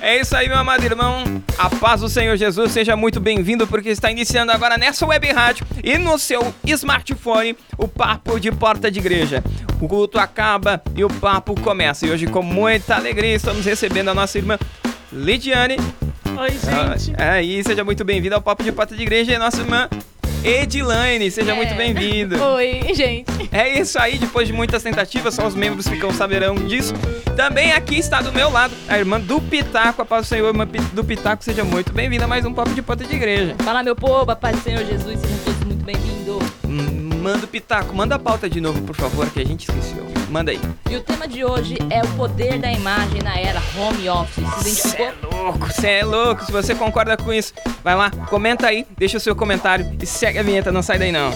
É isso aí, meu amado irmão. A paz do Senhor Jesus, seja muito bem-vindo, porque está iniciando agora nessa web rádio e no seu smartphone o Papo de Porta de Igreja. O culto acaba e o papo começa. E hoje, com muita alegria, estamos recebendo a nossa irmã Lidiane. Oi, gente. E seja muito bem-vinda ao Papo de Porta de Igreja e a nossa irmã Edilaine, seja muito bem-vinda. Oi, gente. É isso aí, depois de muitas tentativas, só os membros que saberão disso. Também aqui está do meu lado a irmã do Pitaco, a paz do Senhor, irmã do Pitaco, seja muito bem-vinda a mais um Papo de Porta de Igreja. Fala, meu povo, a paz do Senhor Jesus, sejam todos muito bem-vindos. Manda o Pitaco, manda a pauta de novo, por favor, que a gente esqueceu. Manda aí. E o tema de hoje é o poder da imagem na era home office. Se identificou? Você é louco, se você concorda com isso, vai lá, comenta aí, deixa o seu comentário e segue a vinheta, não sai daí não.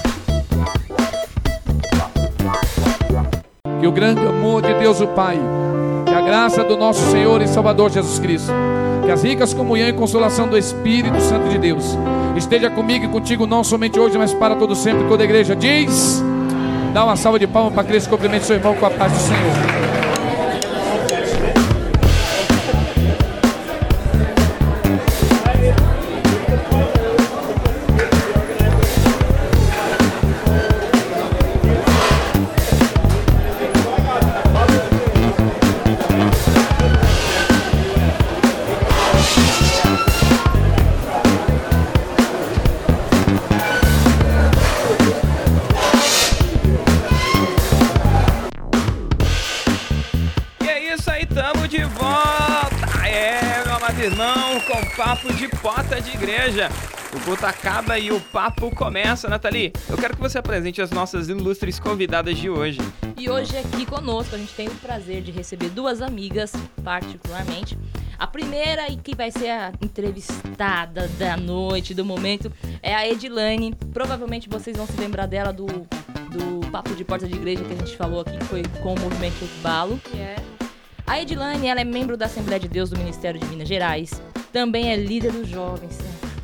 Que o grande amor de Deus o Pai, que a graça do nosso Senhor e Salvador Jesus Cristo, que as ricas comunhão e consolação do Espírito Santo de Deus esteja comigo e contigo não somente hoje, mas para todo sempre. Toda a igreja diz: dá uma salva de palmas para Cristo, cumprimente seu irmão com a paz do Senhor. Papo de Porta de Igreja. O culto acaba e o papo começa, Nathalie. Eu quero que você apresente as nossas ilustres convidadas de hoje. E hoje aqui conosco a gente tem o prazer de receber duas amigas, particularmente. A primeira e que vai ser a entrevistada da noite, do momento, é a Edilaine. Provavelmente vocês vão se lembrar dela do Papo de Porta de Igreja que a gente falou aqui, que foi com o Movimento Balo. A Edilaine, ela é membro da Assembleia de Deus do Ministério de Minas Gerais. Também é líder dos jovens.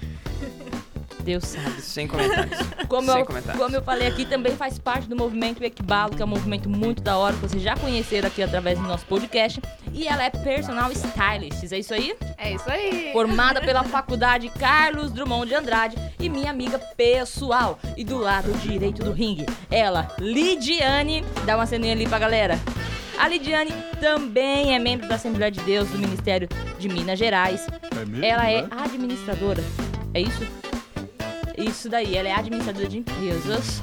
Deus sabe. Sem comentários. Como eu falei aqui, também faz parte do movimento Equibalo, que é um movimento muito da hora, que vocês já conheceram aqui através do nosso podcast. E ela é personal stylist, é isso aí? É isso aí. Formada pela Faculdade Carlos Drummond de Andrade e minha amiga pessoal. E do lado direito do ringue, ela, Lidiane. Dá uma ceninha ali pra galera. A Lidiane também é membro da Assembleia de Deus do Ministério de Minas Gerais. É mesmo, ela é né? administradora. É isso? Isso daí, ela é administradora de empresas.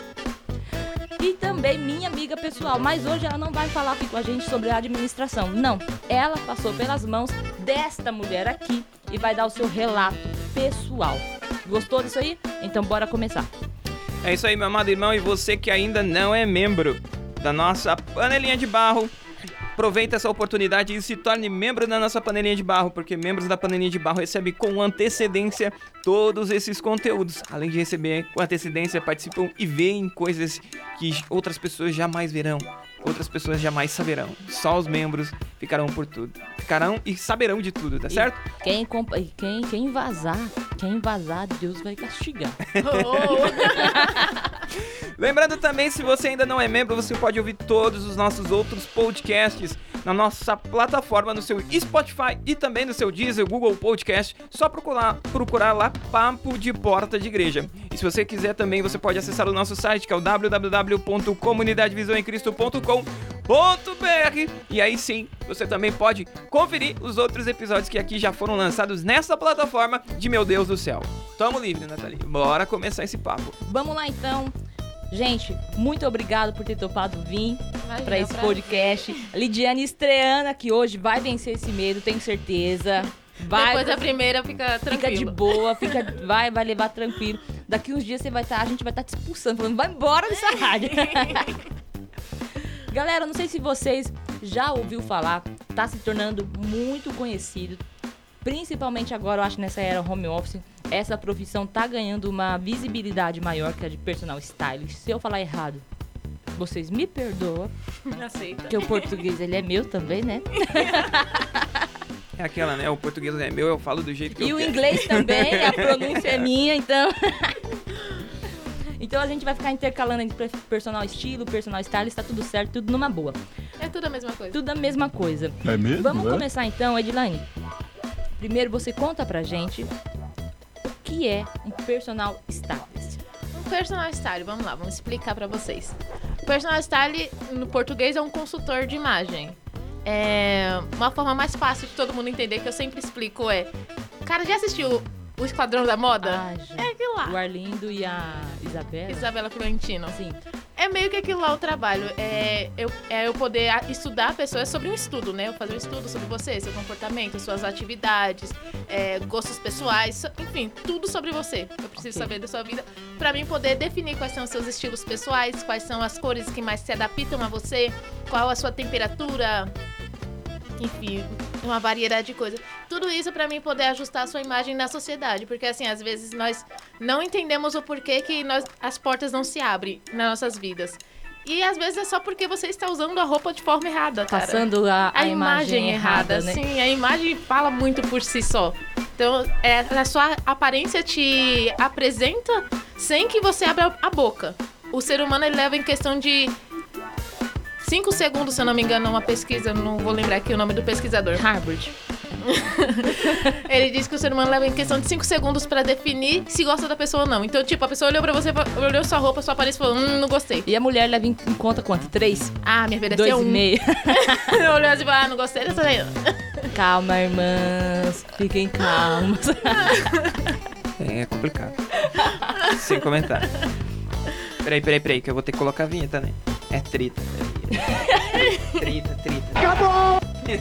E também minha amiga pessoal. Mas hoje ela não vai falar aqui com a gente sobre a administração. Não, ela passou pelas mãos desta mulher aqui e vai dar o seu relato pessoal. Gostou disso aí? Então bora começar. É isso aí, meu amado irmão, e você que ainda não é membro da nossa panelinha de barro, aproveita essa oportunidade e se torne membro da nossa panelinha de barro, porque membros da panelinha de barro recebem com antecedência todos esses conteúdos. Além de receber com antecedência, participam e veem coisas que outras pessoas jamais verão, outras pessoas jamais saberão. Só os membros ficarão por tudo. Ficarão e saberão de tudo, tá certo? Quem vazar, Deus vai castigar. Lembrando também, se você ainda não é membro, você pode ouvir todos os nossos outros podcasts na nossa plataforma, no seu Spotify e também no seu Deezer, Google Podcast. Só procurar lá Papo de Porta de Igreja. E se você quiser também, você pode acessar o nosso site, que é o www.comunidadevisãoemcristo.com.br. E aí sim, você também pode conferir os outros episódios que aqui já foram lançados nessa plataforma de Meu Deus do Céu. Tamo livre, Nathalie. Bora começar esse papo. Vamos lá então. Gente, muito obrigado por ter topado vir para esse podcast. Lidiane estreando aqui hoje, vai vencer esse medo, tenho certeza. Depois da primeira fica tranquilo. Fica de boa, vai levar tranquilo. Daqui uns dias a gente vai estar te expulsando, falando, vai embora dessa rádio. Galera, não sei se vocês já ouviu falar, tá se tornando muito conhecido. Principalmente agora, eu acho, nessa era home office, essa profissão tá ganhando uma visibilidade maior que a de personal stylist. Se eu falar errado, vocês me perdoam. Aceita. Porque o português, ele é meu também, né? É aquela, né? O português é meu, eu falo do jeito que eu quero. E o inglês também, a pronúncia é minha, então... Então a gente vai ficar intercalando entre personal estilo, personal stylist, tá tudo certo, tudo numa boa. É tudo a mesma coisa. Tudo a mesma coisa. É mesmo? Vamos começar então, Edilaine. Primeiro, você conta pra gente o que é um personal stylist. Um personal style, vamos lá, vamos explicar pra vocês. Personal style, no português, é um consultor de imagem. Uma forma mais fácil de todo mundo entender, que eu sempre explico, Cara, já assistiu o Esquadrão da Moda? Já. É aquilo lá. O Arlindo e a Isabela. Isabela Fiorentino. Sim. É meio que aquilo lá o trabalho. Eu poder estudar pessoas sobre um estudo, né? Eu fazer um estudo sobre você, seu comportamento, suas atividades, gostos pessoais, enfim, tudo sobre você. Eu preciso saber da sua vida pra mim poder definir quais são os seus estilos pessoais, quais são as cores que mais se adaptam a você, qual a sua temperatura, enfim, uma variedade de coisas. Tudo isso pra mim poder ajustar a sua imagem na sociedade, porque assim, às vezes nós não entendemos o porquê que as portas não se abrem nas nossas vidas. E às vezes é só porque você está usando a roupa de forma errada, cara. Passando a imagem errada, né? Sim, a imagem fala muito por si só. Então, a sua aparência te apresenta sem que você abra a boca. O ser humano, ele leva em questão de 5 segundos, se eu não me engano, uma pesquisa, não vou lembrar aqui o nome do pesquisador. Harvard. Ele diz que o ser humano leva em questão de 5 segundos pra definir se gosta da pessoa ou não. Então, tipo, a pessoa olhou pra você, olhou sua roupa, sua aparência e falou, não gostei. E a mulher leva em conta quanto? 3? Ah, me ofereceu 2,5. Olhou assim e falou, não gostei dessa daí. Calma, irmãs. Fiquem calmas. É complicado. Sem comentário. Peraí, que eu vou ter que colocar a vinheta, né? É trita. Trita. Acabou!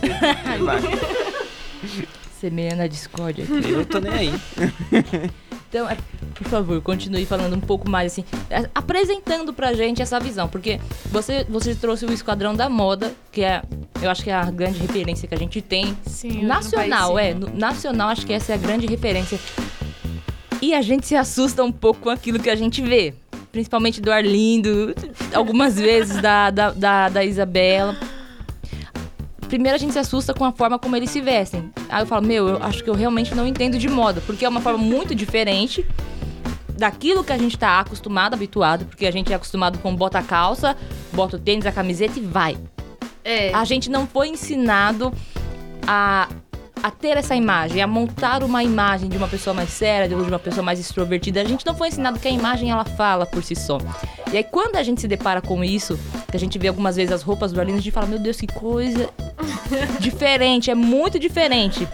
Semeia na discórdia aqui. Eu tô nem aí. Então, por favor, continue falando um pouco mais assim, apresentando pra gente essa visão, porque você trouxe o Esquadrão da Moda, que eu acho que é a grande referência que a gente tem. Sim, nacional, nacional, acho que essa é a grande referência. E a gente se assusta um pouco com aquilo que a gente vê, principalmente do Arlindo, algumas vezes da Isabela. Primeiro a gente se assusta com a forma como eles se vestem. Aí eu falo, eu acho que eu realmente não entendo de moda, porque é uma forma muito diferente daquilo que a gente tá acostumado, habituado, porque a gente é acostumado com bota a calça, bota o tênis, a camiseta e vai. A gente não foi ensinado a ter essa imagem, a montar uma imagem de uma pessoa mais séria, de uma pessoa mais extrovertida. A gente não foi ensinado que a imagem, ela fala por si só. E aí, quando a gente se depara com isso, que a gente vê algumas vezes as roupas do Arlindo, a gente fala, meu Deus, que coisa diferente, é muito diferente.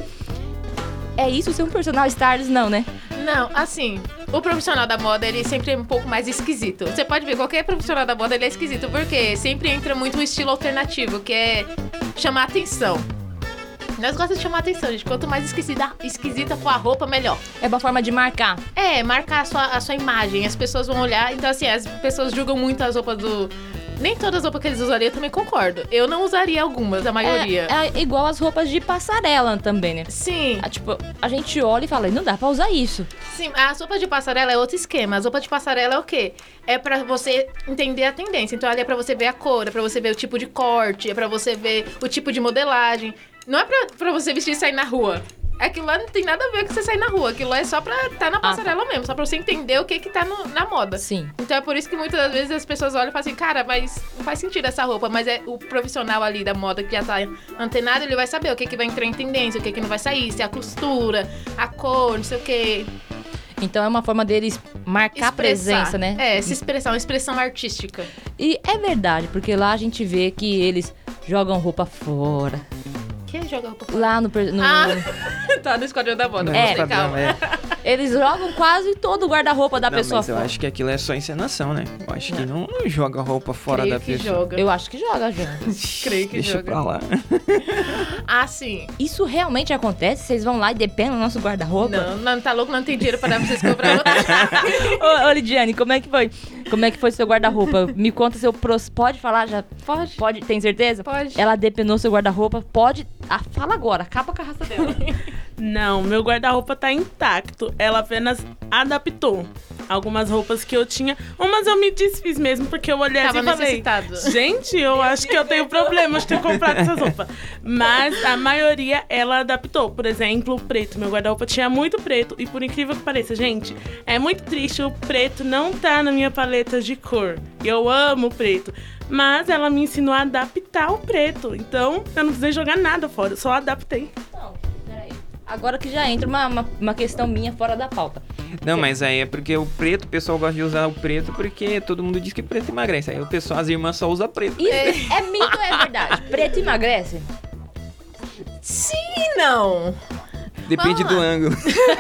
É isso ser um personal stylist, não, né? Não, assim, o profissional da moda, ele sempre é um pouco mais esquisito. Você pode ver, qualquer profissional da moda, ele é esquisito, porque sempre entra muito um estilo alternativo, que é chamar atenção. Nós gostamos de chamar atenção, gente. Quanto mais esquisita for a roupa, melhor. É uma forma de marcar. Marcar a sua imagem. As pessoas vão olhar. Então, assim, as pessoas julgam muito as roupas do... Nem todas as roupas que eles usariam, eu também concordo. Eu não usaria algumas, a maioria. É igual as roupas de passarela também, né? Sim. Tipo, a gente olha e fala, não dá pra usar isso. Sim, as roupas de passarela é outro esquema. As roupas de passarela é o quê? É pra você entender a tendência. Então, ali é pra você ver a cor, é pra você ver o tipo de corte, é pra você ver o tipo de modelagem. Não é pra você vestir e sair na rua. Aquilo lá não tem nada a ver com você sair na rua. Aquilo lá é só pra estar na passarela mesmo. Só pra você entender o que tá na moda. Sim. Então é por isso que muitas das vezes as pessoas olham e falam assim, cara, mas não faz sentido essa roupa. Mas é o profissional ali da moda que já tá antenado, ele vai saber o que vai entrar em tendência, o que não vai sair, se é a costura, a cor, não sei o quê. Então é uma forma deles marcar presença, né? Se expressar, uma expressão artística. E é verdade, porque lá a gente vê que eles jogam roupa fora. Quem joga roupa fora? Lá no tá no Esquadrão da Moda. Calma. Eles jogam quase todo o guarda-roupa da pessoa mas eu fora. acho que aquilo é só encenação, né? Eu acho que não joga roupa fora Creio da que pessoa. joga. Eu acho que joga, já. Creio que Deixa joga. pra lá. Sim. Isso realmente acontece? Vocês vão lá e dependem do nosso guarda-roupa? Não, tá louco? Não tem dinheiro pra dar pra vocês comprar outra. Ô, Lidiane, como é que foi? Como é que foi seu guarda-roupa? Me conta seu Pode falar já? Pode? Tem certeza? Pode. Ela depenou seu guarda-roupa? Pode? Fala agora, acaba com a raça dela. Não, meu guarda-roupa tá intacto. Ela apenas adaptou algumas roupas que eu tinha. Umas eu me desfiz mesmo, porque eu olhei assim e falei... Gente, eu acho que eu tenho problemas de ter comprado essas roupas. Mas a maioria, ela adaptou. Por exemplo, o preto. Meu guarda-roupa tinha muito preto. E por incrível que pareça, gente, é muito triste. O preto não tá na minha paleta de cor. Eu amo o preto. Mas ela me ensinou a adaptar o preto. Então, eu não precisei jogar nada fora. Eu só adaptei. Não, peraí. Agora que já entra uma questão minha fora da pauta. Não, mas aí é porque o preto, o pessoal gosta de usar o preto porque todo mundo diz que preto emagrece. Aí o pessoal, as irmãs só usam preto. Isso é mito ou é verdade? Preto emagrece? Sim e não. Depende do ângulo.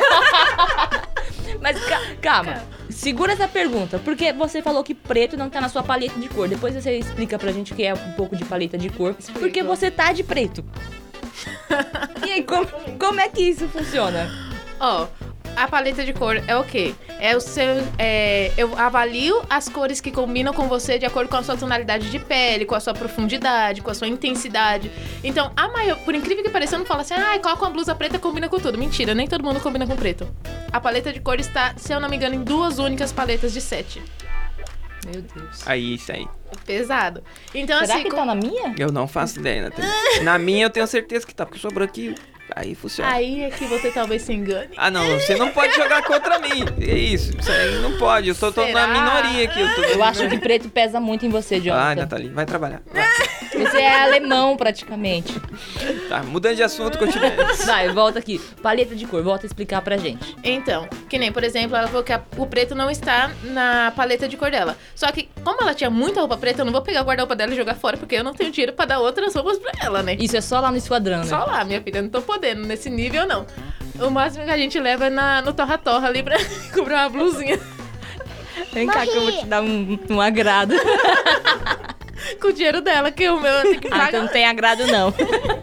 Mas calma, segura essa pergunta, porque você falou que preto não tá na sua paleta de cor. Depois você explica pra gente o que é um pouco de paleta de cor, porque você tá de preto. E aí, como é que isso funciona? Ó, a paleta de cor é o quê? É o seu. Eu avalio as cores que combinam com você de acordo com a sua tonalidade de pele, com a sua profundidade, com a sua intensidade. Então, por incrível que pareça, eu não falo assim, coloca uma blusa preta combina com tudo. Mentira, nem todo mundo combina com preto. A paleta de cor está, se eu não me engano, em 2 únicas paletas de 7. Meu Deus. Aí, isso aí. Pesado. Então, Será assim, que tá na minha? Eu não faço ideia, Nathalie. Na minha eu tenho certeza que tá, porque sobrou aqui. Aí funciona. Aí é que você talvez se engane. Ah, não, você não pode jogar contra mim. É isso aí não pode. Eu tô na minoria aqui. Eu acho que preto pesa muito em você, Jonathan. Ai, Nathalie, vai trabalhar. Vai. Você é alemão, praticamente. Tá, mudando de assunto, continua. Vai, volta aqui. Paleta de cor, volta a explicar pra gente. Então, que nem, por exemplo, ela falou que o preto não está na paleta de cor dela. Só que, como ela tinha muita roupa preta, eu não vou pegar o guarda-roupa dela e jogar fora, porque eu não tenho dinheiro pra dar outras roupas pra ela, né? Isso é só lá no Esquadrão, né? Só lá, minha filha, eu não tô podendo, nesse nível não. O máximo que a gente leva é no torra-torra ali pra comprar uma blusinha. Vem cá que eu vou te dar um agrado. Com o dinheiro dela, que o meu eu tenho que pagar. Então não tem agrado, não.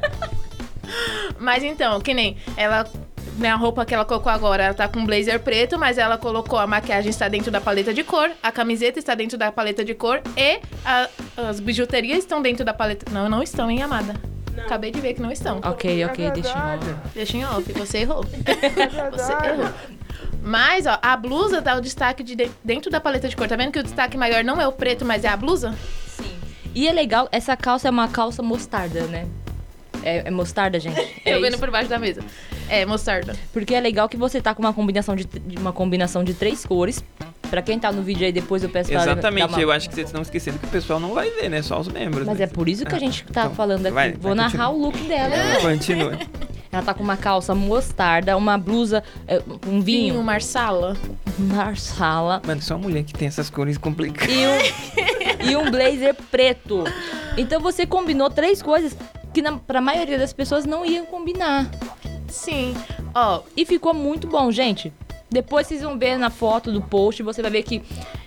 Mas então, que nem ela... A roupa que ela colocou agora, ela tá com um blazer preto, mas ela colocou a maquiagem está dentro da paleta de cor, a camiseta está dentro da paleta de cor e as bijuterias estão dentro da paleta... Não estão, hein, amada? Não. Acabei de ver que não estão. Ok, deixa em off. Deixa em off, você errou. Você errou. Mas, ó, a blusa dá o destaque dentro da paleta de cor. Tá vendo que o destaque maior não é o preto, mas é a blusa? Sim. E é legal, essa calça é uma calça mostarda, né? É mostarda, gente? Eu vendo por baixo da mesa. É, mostarda. Porque é legal que você tá com uma combinação de 3 cores. Pra quem tá no vídeo aí, depois eu peço pra... Exatamente, eu acho que vocês estão esquecendo que o pessoal não vai ver, né? Só os membros. Mas né? é por isso que a gente tá então, falando aqui. Vou narrar o look dela. Continua. Ela tá com uma calça mostarda, uma blusa, um vinho. Marsala. Marsala. Mano, só mulher que tem essas cores complicadas. E um blazer preto. Então você combinou 3 coisas que pra maioria das pessoas não iam combinar. Sim. Ó. E ficou muito bom, gente. Depois vocês vão ver na foto do post, você vai ver que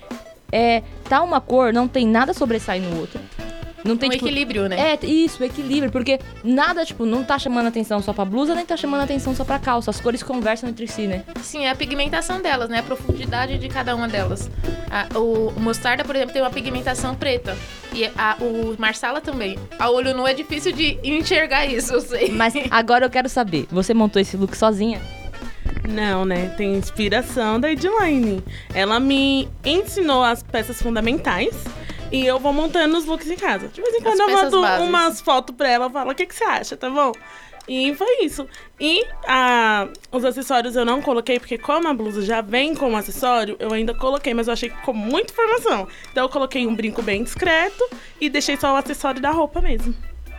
tá uma cor, não tem nada sobressai no outro. Não tem, equilíbrio, né? Isso, equilíbrio, porque nada, não tá chamando atenção só pra blusa, nem tá chamando atenção só pra calça. As cores conversam entre si, né? Sim, é a pigmentação delas, né? A profundidade de cada uma delas. O mostarda, por exemplo, tem uma pigmentação preta. E o marsala também. A olho nu é difícil de enxergar isso, eu sei. Mas agora eu quero saber, você montou esse look sozinha? Não, né? Tem inspiração da Edilane. Ela me ensinou as peças fundamentais e eu vou montando os looks em casa. De vez em quando eu mando umas fotos pra ela e falo, o que você acha, tá bom? E foi isso. E os acessórios eu não coloquei, porque como a blusa já vem com o acessório, eu ainda coloquei, mas eu achei que ficou muita informação. Então eu coloquei um brinco bem discreto e deixei só o acessório da roupa mesmo.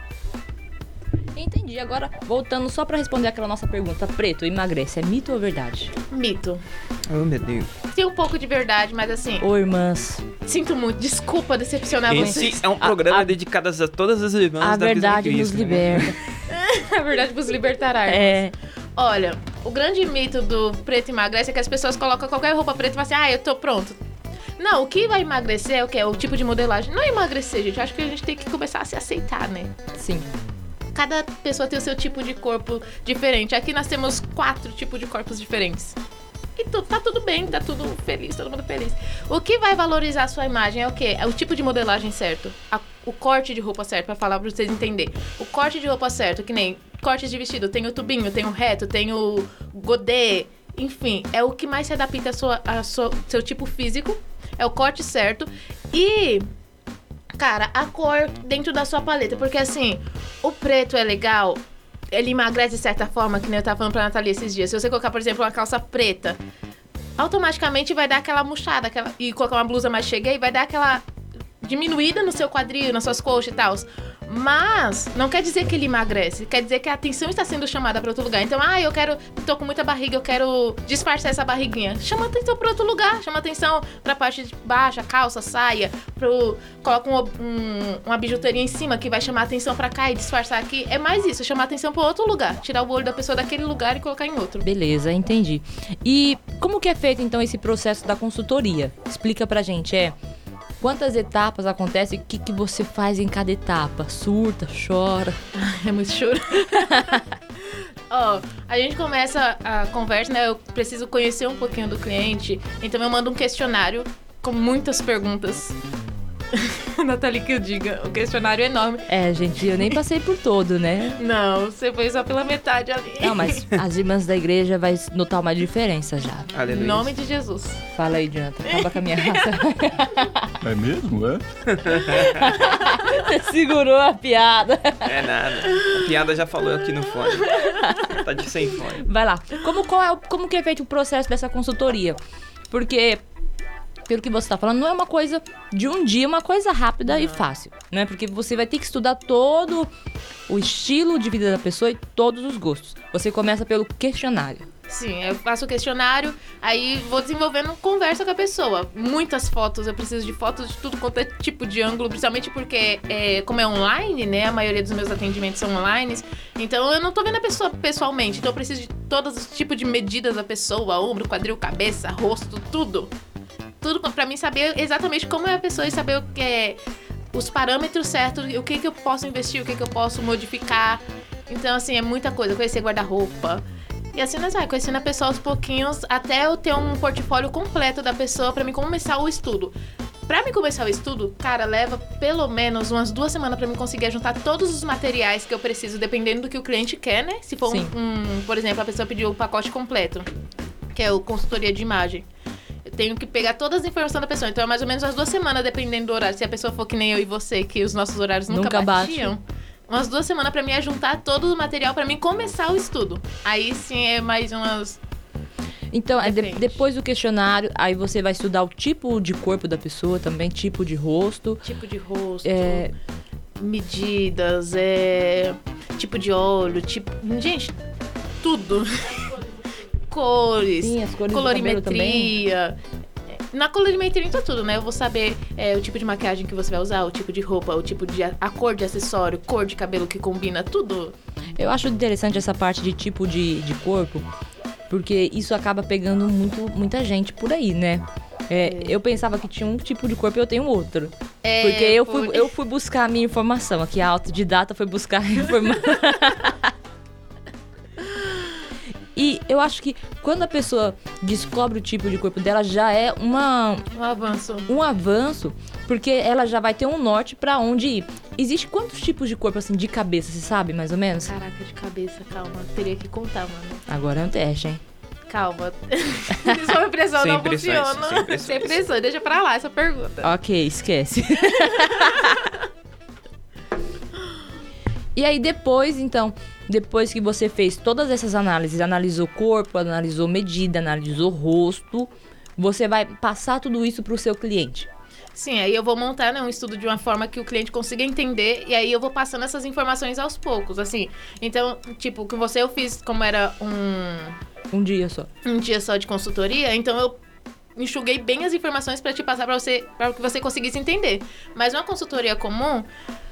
Entendi. Agora, voltando só pra responder aquela nossa pergunta. Preto emagrece, é mito ou verdade? Mito. Oh, meu Deus. Tem um pouco de verdade, mas assim... Ô, irmãs. Sinto muito. Desculpa decepcionar vocês. Esse é um programa dedicado a todas as irmãs da verdade vida nos liberta. A verdade vos libertará. Olha, o grande mito do preto emagrece é que as pessoas colocam qualquer roupa preta e falam assim, eu tô pronto. Não, o que vai emagrecer é o quê? É o tipo de modelagem. Não é emagrecer, gente. Acho que a gente tem que começar a se aceitar, né? Sim. Cada pessoa tem o seu tipo de corpo diferente. Aqui nós temos 4 tipos de corpos diferentes. E tá tudo bem, tá tudo feliz, todo mundo feliz. O que vai valorizar a sua imagem é o quê? É o tipo de modelagem certo. O corte de roupa certo, pra falar pra vocês entenderem. O corte de roupa certo, que nem cortes de vestido. Tem o tubinho, tem o reto, tem o godê. Enfim, é o que mais se adapta seu tipo físico. É o corte certo. E... cara, a cor dentro da sua paleta. Porque assim, o preto é legal, ele emagrece de certa forma, que nem eu tava falando pra Nathalie esses dias. Se você colocar, por exemplo, uma calça preta, automaticamente vai dar aquela murchada, e colocar uma blusa mais cheia, vai dar aquela diminuída no seu quadril, nas suas coxas e tal. Mas não quer dizer que ele emagrece, quer dizer que a atenção está sendo chamada para outro lugar. Então, tô com muita barriga, eu quero disfarçar essa barriguinha. Chama atenção para outro lugar, chama atenção para a parte de baixo, calça, saia, coloca uma bijuteria em cima que vai chamar atenção para cá e disfarçar aqui. É mais isso, chamar atenção para outro lugar, tirar o olho da pessoa daquele lugar e colocar em outro. Beleza, entendi. E como que é feito então esse processo da consultoria? Explica pra gente, quantas etapas acontecem? O que você faz em cada etapa? Surta, chora? É muito choro. A gente começa a conversa, né? Eu preciso conhecer um pouquinho do cliente. Então eu mando um questionário com muitas perguntas. Nathalie, que eu diga, o questionário é enorme. Gente, eu nem passei por todo, né? Não, você foi só pela metade ali. Não, mas as irmãs da igreja vai notar uma diferença já. Aleluia. Em nome de Jesus. Fala aí, Jonathan, acaba com a minha raça. É mesmo, é? Segurou a piada. É nada. A piada já falou aqui no fone. Tá de sem fone. Vai lá. Como que é feito o processo dessa consultoria? Porque, pelo que você tá falando, não é uma coisa de um dia, uma coisa rápida e fácil, né? Porque você vai ter que estudar todo o estilo de vida da pessoa e todos os gostos. Você começa pelo questionário. Sim, eu faço o questionário, aí vou desenvolvendo conversa com a pessoa. Muitas fotos, eu preciso de fotos de tudo quanto é tipo de ângulo, principalmente porque, como é online, né, a maioria dos meus atendimentos são online, então eu não tô vendo a pessoa pessoalmente, então eu preciso de todos os tipos de medidas da pessoa, ombro, quadril, cabeça, rosto, tudo. Tudo pra mim saber exatamente como é a pessoa e saber o que é os parâmetros certos, o que eu posso investir, o que eu posso modificar. Então, assim, é muita coisa, conhecer guarda-roupa. E assim nós vai conhecendo a pessoa aos pouquinhos até eu ter um portfólio completo da pessoa pra mim começar o estudo. Pra mim começar o estudo, cara, leva pelo menos umas 2 semanas pra mim conseguir juntar todos os materiais que eu preciso, dependendo do que o cliente quer, né? Se for por exemplo, a pessoa pediu o pacote completo, que é o consultoria de imagem. Eu tenho que pegar todas as informações da pessoa. Então é mais ou menos umas 2 semanas, dependendo do horário. Se a pessoa for que nem eu e você, que os nossos horários nunca batiam. Umas 2 semanas pra mim é juntar todo o material pra mim começar o estudo. Aí sim é mais umas... Então, depois do questionário, aí você vai estudar o tipo de corpo da pessoa também, tipo de rosto. Tipo de rosto, medidas, tipo de olho, tipo... Gente, tudo. Cores, sim, as cores colorimetria... Na colorimetria entra tudo, né? Eu vou saber o tipo de maquiagem que você vai usar, o tipo de roupa, o tipo de... a cor de acessório, cor de cabelo que combina, tudo. Eu acho interessante essa parte de tipo de corpo, porque isso acaba pegando muita gente por aí, né? Eu pensava que tinha um tipo de corpo e eu tenho outro. Porque eu fui buscar a minha informação. Aqui a autodidata foi buscar a informação. E eu acho que quando a pessoa descobre o tipo de corpo dela, já é um avanço, porque ela já vai ter um norte pra onde ir. Existe quantos tipos de corpo, assim, de cabeça, você sabe, mais ou menos? Caraca, de cabeça, calma. Teria que contar, mano. Agora é um teste, hein? Calma. Sob pressão não funciona. Sem pressão, deixa pra lá essa pergunta. Ok, esquece. E aí depois que você fez todas essas análises, analisou corpo, analisou medida, analisou rosto, você vai passar tudo isso pro seu cliente. Sim, aí eu vou montar, né, um estudo de uma forma que o cliente consiga entender, e aí eu vou passando essas informações aos poucos, assim. Então, tipo, com você eu fiz como era um dia só. Um dia só de consultoria, então eu enxuguei bem as informações para te passar para que você conseguisse entender. Mas uma consultoria comum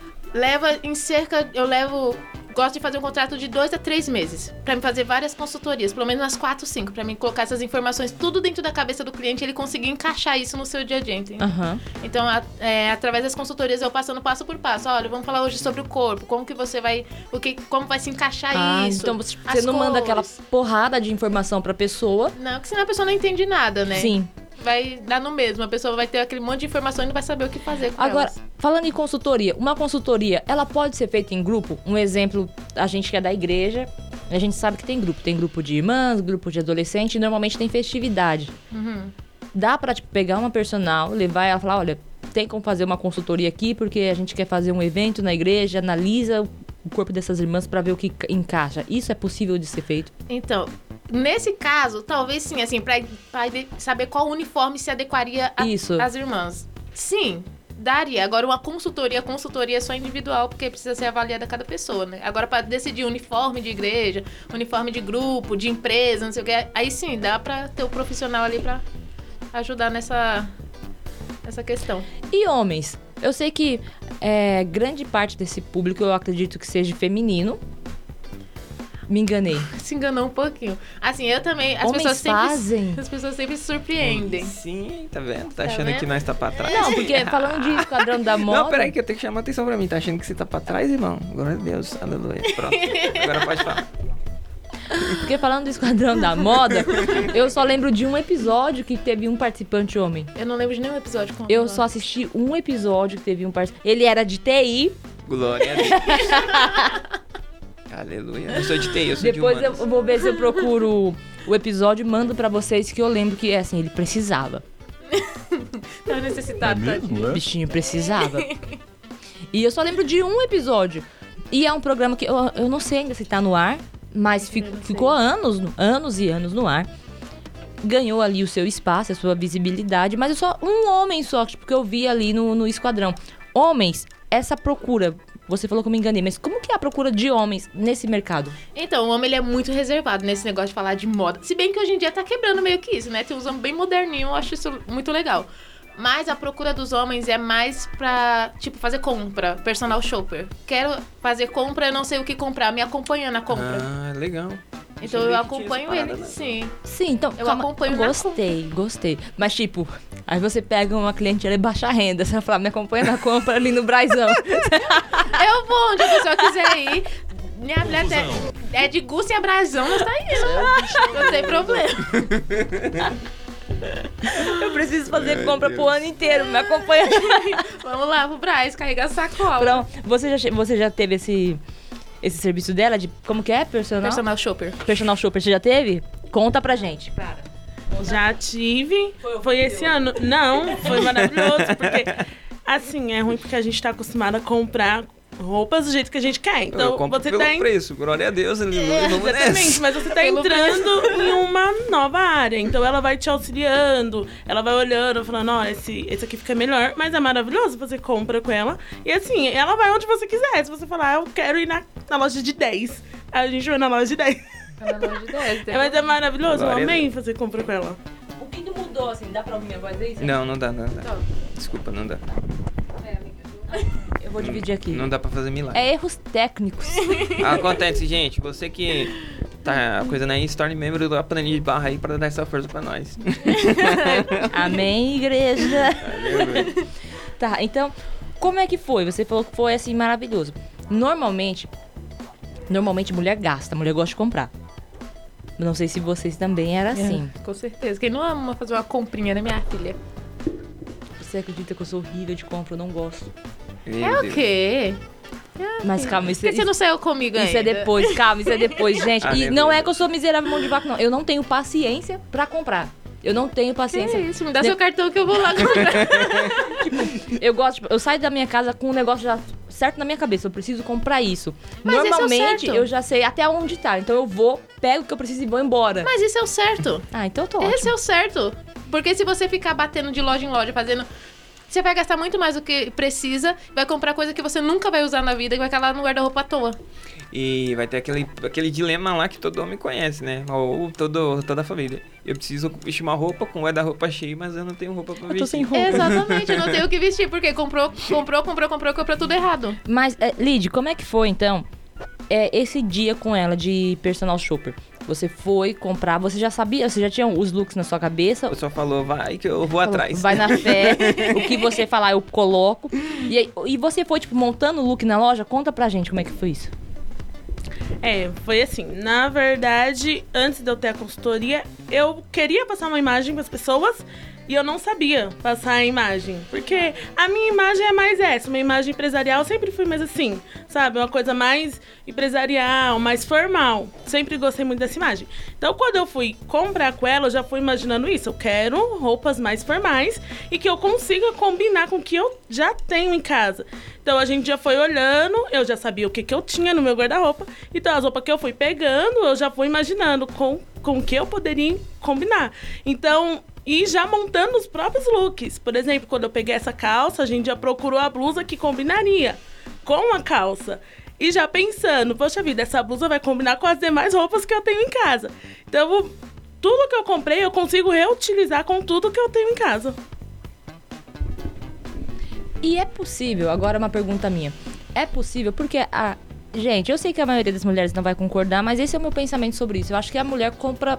gosto de fazer um contrato de 2 a 3 meses pra me fazer várias consultorias, pelo menos umas 4, 5, pra mim colocar essas informações tudo dentro da cabeça do cliente e ele conseguir encaixar isso no seu dia a dia, entendeu? Então, através das consultorias eu passando passo por passo. Olha, vamos falar hoje sobre o corpo, como que você vai, como vai se encaixar isso. Então você não manda aquela porrada de informação pra pessoa. Não, porque senão a pessoa não entende nada, né? Sim. Vai dar no mesmo, a pessoa vai ter aquele monte de informação e não vai saber o que fazer com Agora, elas. Falando em consultoria, uma consultoria, ela pode ser feita em grupo? Um exemplo, a gente que é da igreja, a gente sabe que tem grupo de irmãs, grupo de adolescente, e normalmente tem festividade. Dá pra pegar uma personal, levar ela e falar, olha, tem como fazer uma consultoria aqui, porque a gente quer fazer um evento na igreja, analisa o corpo dessas irmãs pra ver o que encaixa. Isso é possível de ser feito? Então, nesse caso, talvez sim, assim, pra saber qual uniforme se adequaria às irmãs. Sim, Daria. Agora, a consultoria é só individual, porque precisa ser avaliada cada pessoa, né? Agora, pra decidir uniforme de igreja, uniforme de grupo, de empresa, não sei o que, aí sim, dá pra ter o profissional ali pra ajudar nessa questão. E homens? Eu sei que grande parte desse público, eu acredito que seja feminino. Me enganei. Se enganou um pouquinho. Assim, eu também... As Homens fazem. As pessoas sempre se surpreendem. Sim, tá vendo? Tá achando que nós tá pra trás? Não, porque falando de Esquadrão da Moda... Não, peraí que eu tenho que chamar atenção pra mim. Tá achando que você tá pra trás, irmão? Glória a Deus. Aleluia. Pronto. Agora pode falar. Porque falando do Esquadrão da Moda, eu só lembro de um episódio que teve um participante homem. Eu não lembro de nenhum episódio com Eu só assisti um episódio que teve um participante. Ele era de TI. Glória a Deus. Aleluia. Eu sou de TI, eu sou Depois de humanas. eu vou ver se eu procuro o episódio e mando pra vocês, que eu lembro que, assim, ele precisava. Tá necessitado, É mesmo, O é? bichinho precisava. E eu só lembro de um episódio. E é um programa que eu não sei ainda se tá no ar, mas ficou anos e anos no ar. Ganhou ali o seu espaço, a sua visibilidade, mas eu só um homem só, tipo, que eu vi ali no Esquadrão. Homens, essa procura... Você falou que eu me enganei, mas como que é a procura de homens nesse mercado? Então, o homem ele é muito reservado nesse negócio de falar de moda. Se bem que hoje em dia tá quebrando meio que isso, né? Tem uns homens bem moderninhos, eu acho isso muito legal. Mas a procura dos homens é mais pra, tipo, fazer compra, personal shopper. Quero fazer compra, eu não sei o que comprar, me acompanha na compra. Ah, legal. Então eu acompanho ele, né? sim. Sim, então... Eu acompanho na Gostei. Mas, tipo, aí você pega uma cliente, ela é baixa renda, você vai falar, me acompanha na compra ali no Braizão. Eu vou onde a pessoa quiser ir. Minha mulher é de Gusto e Abrasão, mas tá indo. Não tem problema. Eu preciso fazer compra pro ano inteiro, me acompanha. Vamos lá pro Braz, carregar sacola. Pronto, você já teve esse serviço dela de, como que é? Personal shopper. Personal shopper, você já teve? Conta pra gente. Já tive. Foi esse ano. Não, foi maravilhoso, porque assim, é ruim porque a gente tá acostumado a comprar roupas do jeito que a gente quer. Então, eu compro você pelo tá preço, glória a Deus, aleluia, vamos Exatamente, nessa. mas você tá entrando em uma nova área. Então ela vai te auxiliando, ela vai olhando, falando, ó, esse aqui fica melhor, mas é maravilhoso, você compra com ela. E assim, ela vai onde você quiser. Se você falar, eu quero ir na loja de 10, aí a gente vai na loja de 10. Mas é maravilhoso, Glória eu a amei fazer compra com ela. O que mudou, assim? Dá pra ouvir minha voz aí? Não dá. Desculpa, não dá. Eu vou dividir aqui. Não dá pra fazer milagre. É erros técnicos. Acontece, gente. Você que tá coisa aí, se torne membro da panelinha de barra aí pra dar essa força pra nós. Amém, igreja. Aleluia. Tá, então, como é que foi? Você falou que foi, assim, maravilhoso. Normalmente mulher gasta, mulher gosta de comprar. Não sei se vocês também eram assim. Com certeza. Quem não ama fazer uma comprinha, né, minha filha? Você acredita que eu sou horrível de compra, eu não gosto. Meu É o Deus. quê? Mas calma, isso Por que você não saiu comigo ainda? isso é depois, calma, isso é depois, gente. E Aleluia. não é que eu sou miserável mão de vaca, não. Eu não tenho paciência pra comprar. Eu não tenho Que paciência. isso? Me dá seu cartão que eu vou lá comprar. Eu gosto, tipo, eu saio da minha casa com um negócio já certo na minha cabeça. Eu preciso comprar isso. Mas esse é o Normalmente, certo. eu já sei até onde tá. Então eu vou, pego o que eu preciso e vou embora. Mas isso é o certo. Ah, então eu tô ótimo. Esse é o certo. Porque se você ficar batendo de loja em loja, fazendo... Você vai gastar muito mais do que precisa, vai comprar coisa que você nunca vai usar na vida e vai ficar lá no guarda-roupa à toa. E vai ter aquele dilema lá que todo homem conhece, né? Ou toda a família. Eu preciso vestir uma roupa com guarda-roupa cheio, mas eu não tenho roupa pra Eu vestir. tô sem roupa. Exatamente, eu não tenho o que vestir, porque comprou tudo errado. Mas, Lid, como é que foi, então, esse dia com ela de personal shopper? Você foi comprar, você já sabia, você já tinha os looks na sua cabeça? Eu só falou, vai que eu vou atrás. Vai na fé, o que você falar eu coloco. E você foi, tipo, montando o look na loja? Conta pra gente como é que foi isso. Foi assim, na verdade, antes de eu ter a consultoria, eu queria passar uma imagem para as pessoas e eu não sabia passar a imagem. Porque a minha imagem é mais essa, uma imagem empresarial, sempre fui mais assim, sabe? Uma coisa mais empresarial, mais formal. Sempre gostei muito dessa imagem. Então, quando eu fui comprar com ela, eu já fui imaginando isso. Eu quero roupas mais formais e que eu consiga combinar com o que eu já tenho em casa. Então, a gente já foi olhando, eu já sabia o que eu tinha no meu guarda-roupa. Então, as roupas que eu fui pegando, eu já fui imaginando com o que eu poderia combinar. Então, e já montando os próprios looks. Por exemplo, quando eu peguei essa calça, a gente já procurou a blusa que combinaria com a calça. E já pensando, poxa vida, essa blusa vai combinar com as demais roupas que eu tenho em casa. Então, tudo que eu comprei, eu consigo reutilizar com tudo que eu tenho em casa. E é possível, agora uma pergunta minha. É possível, porque gente, eu sei que a maioria das mulheres não vai concordar, mas esse é o meu pensamento sobre isso. Eu acho que a mulher compra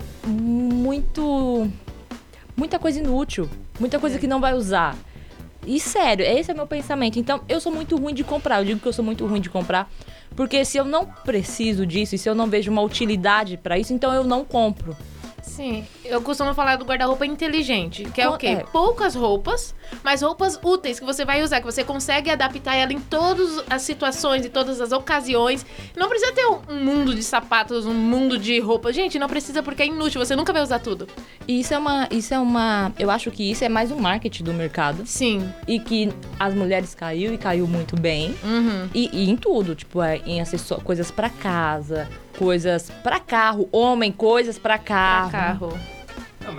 muita coisa inútil, muita coisa que não vai usar. E sério, esse é o meu pensamento. Então, eu sou muito ruim de comprar. Eu digo que eu sou muito ruim de comprar, porque se eu não preciso disso e se eu não vejo uma utilidade pra isso, então eu não compro. Sim, eu costumo falar do guarda-roupa inteligente, que é o quê? Poucas roupas, mas roupas úteis que você vai usar, que você consegue adaptar ela em todas as situações e todas as ocasiões. Não precisa ter um mundo de sapatos, um mundo de roupas. Gente, não precisa porque é inútil, você nunca vai usar tudo. E isso é uma... Eu acho que isso é mais um marketing do mercado. Sim. E que as mulheres caiu muito bem. Uhum. E em tudo, tipo, em coisas pra casa, coisas pra carro, homem, coisas pra carro. Não,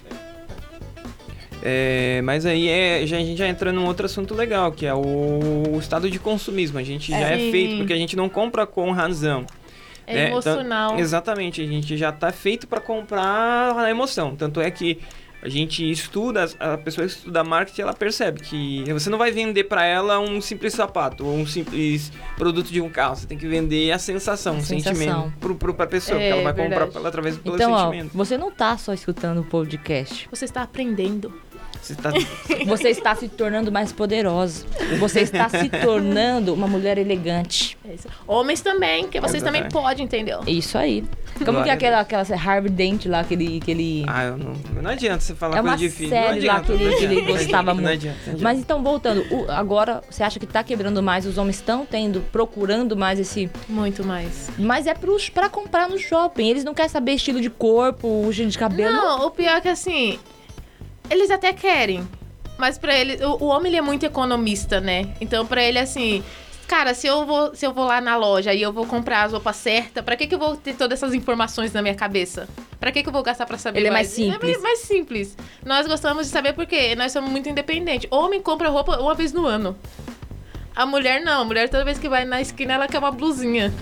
mas aí a gente já entra num outro assunto legal, que é o estado de consumismo. A gente já é feito, porque a gente não compra com razão. É emocional. Então, exatamente, a gente já tá feito para comprar na emoção. Tanto é que a gente estuda, a pessoa que estuda marketing, ela percebe que você não vai vender para ela um simples sapato ou um simples produto de um carro. Você tem que vender a sensação, o sentimento pra pessoa, porque ela vai comprar através do sentimento. Você não tá só escutando o podcast. Você está aprendendo. Você está se tornando mais poderosa. Você está se tornando uma mulher elegante. Homens também, que vocês também podem, entendeu? Isso aí. Como que é aquela Harvey Dent lá, aquele... Ah, não adianta você falar coisa difícil. É uma série lá que ele gostava muito. Não adianta. Mas então, voltando, agora você acha que tá quebrando mais, os homens estão procurando mais esse... Muito mais. Mas é pra comprar no shopping. Eles não querem saber estilo de corpo, estilo de cabelo. Não, o pior é que assim... Eles até querem, mas pra ele... O homem, ele é muito economista, né? Então, pra ele, assim... Cara, se eu vou lá na loja e eu vou comprar as roupas certas, pra que eu vou ter todas essas informações na minha cabeça? Pra que eu vou gastar pra saber? Ele é mais simples. É mais simples. Nós gostamos de saber porque nós somos muito independentes. Homem compra roupa uma vez no ano. A mulher não. A mulher, toda vez que vai na esquina, ela quer uma blusinha.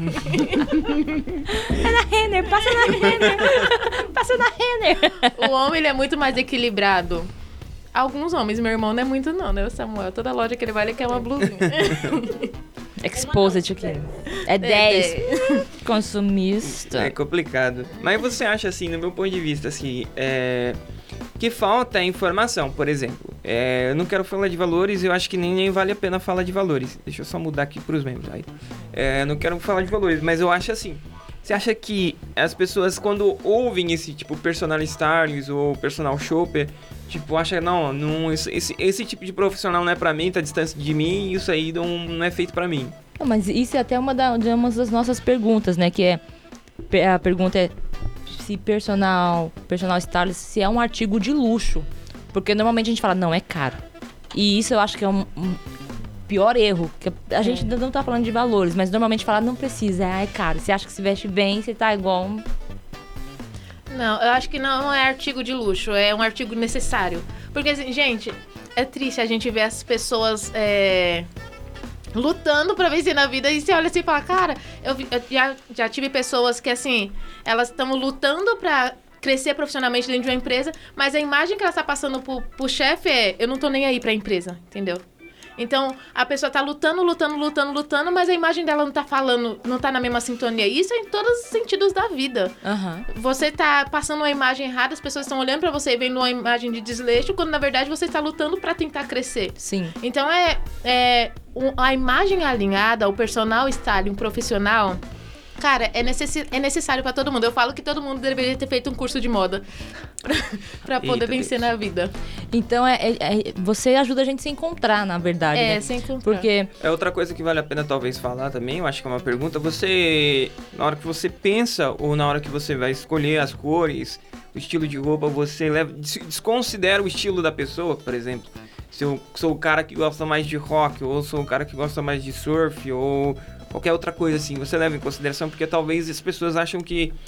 É na Renner, passa na Renner. Passa na Renner. O homem, ele é muito mais equilibrado. Alguns homens, meu irmão não é muito não, né? O Samuel, toda loja que ele vai, ele quer uma blusinha. Exposed aqui. É 10. Consumista. É complicado. Mas você acha, assim, no meu ponto de vista, assim, que falta informação, por exemplo. Eu não quero falar de valores, eu acho que nem vale a pena falar de valores. Deixa eu só mudar aqui pros membros. Aí. Não quero falar de valores, mas eu acho assim. Você acha que as pessoas, quando ouvem esse tipo personal stylist ou personal shopper, tipo, acha não esse tipo de profissional não é pra mim, tá distante de mim, isso aí não é feito pra mim. Não, mas isso é até uma das nossas perguntas, né? Que a pergunta é se personal stylist se é um artigo de luxo. Porque normalmente a gente fala, não, é caro. E isso eu acho que é um pior erro. Que a gente não tá falando de valores, mas normalmente fala, não precisa, é caro. Você acha que se veste bem, você tá igual... Não, eu acho que não é artigo de luxo, é um artigo necessário. Porque, assim, gente, é triste a gente ver as pessoas lutando pra vencer na vida e você olha assim e fala, cara, eu já tive pessoas que, assim, elas estão lutando pra crescer profissionalmente dentro de uma empresa, mas a imagem que ela está passando pro chefe eu não tô nem aí pra empresa, entendeu? Então, a pessoa tá lutando, mas a imagem dela não tá falando, não tá na mesma sintonia. Isso é em todos os sentidos da vida. Uhum. Você tá passando uma imagem errada, as pessoas estão olhando pra você e vendo uma imagem de desleixo, quando na verdade você tá lutando pra tentar crescer. Sim. Então, a imagem alinhada, o personal styling, um profissional... Cara, é necessário pra todo mundo. Eu falo que todo mundo deveria ter feito um curso de moda pra poder vencer na vida. Então, você ajuda a gente a se encontrar, na verdade. né? Se encontrar. Porque... outra coisa que vale a pena talvez falar também, eu acho que é uma pergunta, você, na hora que você pensa ou na hora que você vai escolher as cores, o estilo de roupa, você desconsidera o estilo da pessoa, por exemplo. Se eu sou o cara que gosta mais de rock, ou sou o cara que gosta mais de surf, ou qualquer outra coisa assim, você leva em consideração, porque talvez as pessoas acham que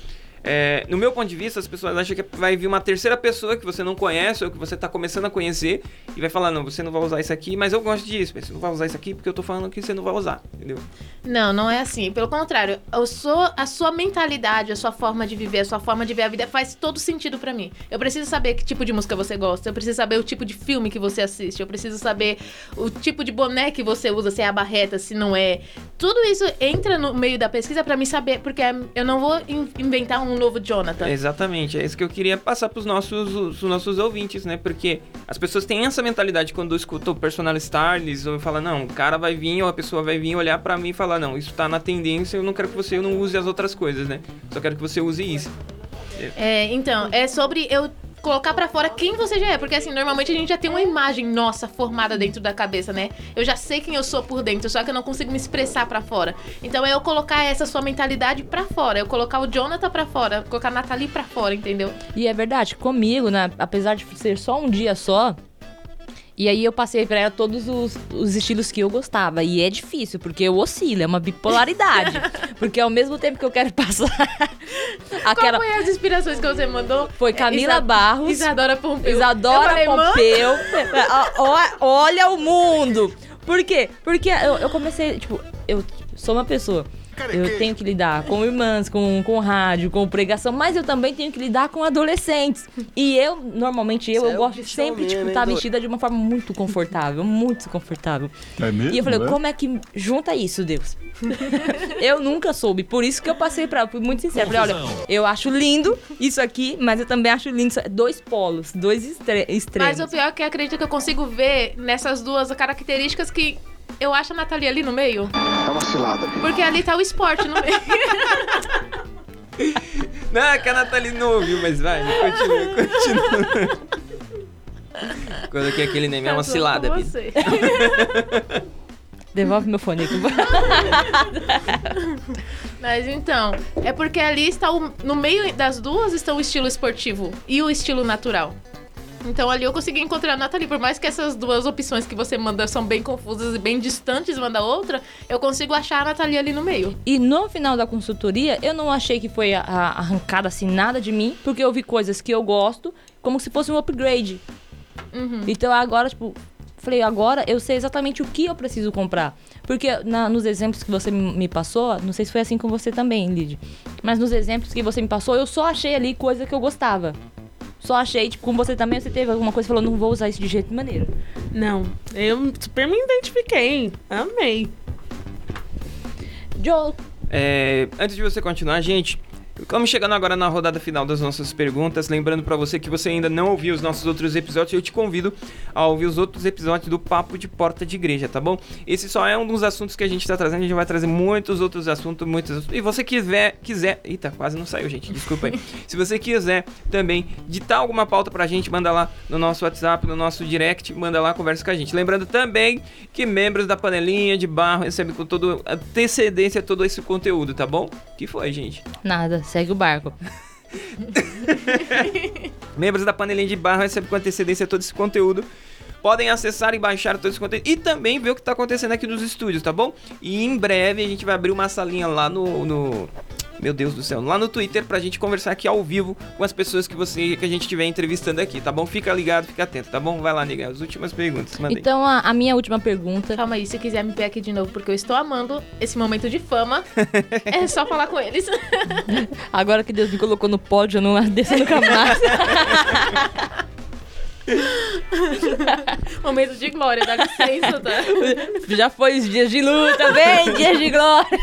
no meu ponto de vista, as pessoas acham que vai vir uma terceira pessoa que você não conhece ou que você tá começando a conhecer e vai falar, não, você não vai usar isso aqui, mas eu gosto disso, mas você não vai usar isso aqui porque eu tô falando que você não vai usar, entendeu? Não é assim. Pelo contrário, a sua mentalidade, a sua forma de viver, a sua forma de ver a vida faz todo sentido pra mim. Eu preciso saber que tipo de música você gosta, eu preciso saber o tipo de filme que você assiste, eu preciso saber o tipo de boné que você usa, se é a barreta, se não é. Tudo isso entra no meio da pesquisa pra mim saber, porque eu não vou inventar um novo Jonathan. Exatamente, é isso que eu queria passar pros nossos ouvintes, né? Porque as pessoas têm essa mentalidade quando escutam o personal stylist ou fala, não, o cara vai vir ou a pessoa vai vir olhar pra mim e falar, não, isso tá na tendência, eu não quero que você não use as outras coisas, né? Só quero que você use isso. Então, é sobre eu colocar pra fora quem você já é, porque assim, normalmente a gente já tem uma imagem nossa formada dentro da cabeça, né? Eu já sei quem eu sou por dentro, só que eu não consigo me expressar pra fora. Então é eu colocar essa sua mentalidade pra fora, eu colocar o Jonathan pra fora, colocar a Nathalie pra fora, entendeu? E é verdade, comigo, né, apesar de ser só um dia só, e aí eu passei pra ela todos os estilos que eu gostava. E é difícil, porque eu oscilo, é uma bipolaridade. Porque ao mesmo tempo que eu quero passar Qual foi as inspirações que você mandou? Foi Camila Barros, Isadora Pompeu. Pompeu. Olha o mundo! Por quê? Porque eu comecei, tipo, eu sou uma pessoa... Eu tenho que lidar com irmãs, com rádio, com pregação, mas eu também tenho que lidar com adolescentes. E eu, normalmente, eu gosto sempre de estar vestida de uma forma muito confortável, muito confortável. É mesmo? E eu falei, como é que junta isso, Deus? Eu nunca soube, por isso que eu passei fui muito sincera. Falei, olha, eu acho lindo isso aqui, mas eu também acho lindo dois polos, dois extremos. Mas o pior é que eu acredito que eu consigo ver nessas duas características que eu acho a Nathalie ali no meio. É uma cilada. Porque ali tá o esporte no meio. Não, é que a Nathalie não ouviu, mas vai, continua. Quando aqui aquele nem é uma cilada, Bia. Devolve meu fone aqui. Mas então, é porque ali está no meio das duas está o estilo esportivo e o estilo natural. Então ali eu consegui encontrar a Nathalie. Por mais que essas duas opções que você manda são bem confusas e bem distantes uma da outra, eu consigo achar a Nathalie ali no meio. E no final da consultoria, eu não achei que foi arrancada assim nada de mim, porque eu vi coisas que eu gosto, como se fosse um upgrade. Uhum. Então agora, tipo, falei, agora eu sei exatamente o que eu preciso comprar. Porque nos exemplos que você me passou, não sei se foi assim com você também, Lid, mas nos exemplos que você me passou, eu só achei ali coisa que eu gostava. Só achei, tipo, com você também, você teve alguma coisa e falou, não vou usar isso de jeito de maneira. Não, eu super me identifiquei. Amei. Joe. Antes de você continuar, gente, estamos chegando agora na rodada final das nossas perguntas. Lembrando pra você que você ainda não ouviu os nossos outros episódios, eu te convido a ouvir os outros episódios do Papo de Porta de Igreja, tá bom? Esse só é um dos assuntos que a gente tá trazendo, a gente vai trazer muitos outros assuntos, E você quiser... Eita, quase não saiu, gente, desculpa aí. Se você quiser também ditar alguma pauta pra gente, manda lá no nosso WhatsApp, no nosso direct, manda lá, conversa com a gente. Lembrando também que membros da Panelinha de Barro recebem com toda a antecedência todo esse conteúdo, tá bom? Que foi, gente? Nada, segue o barco. Membros da Panelinha de Barro recebem com antecedência todo esse conteúdo. Podem acessar e baixar todo esse conteúdo e também ver o que está acontecendo aqui nos estúdios, tá bom? E em breve a gente vai abrir uma salinha lá no meu Deus do céu, lá no Twitter pra gente conversar aqui ao vivo com as pessoas que a gente estiver entrevistando aqui, tá bom? Fica ligado, fica atento, tá bom? Vai lá, nega, as últimas perguntas, manda aí. Então, a minha última pergunta... Calma aí, se quiser me ver aqui de novo, porque eu estou amando esse momento de fama, é só falar com eles. Agora que Deus me colocou no pódio, eu não desço nunca mais. Momento de glória, dá licença, tá? Já foi os dias de luta, vem, dias de glória.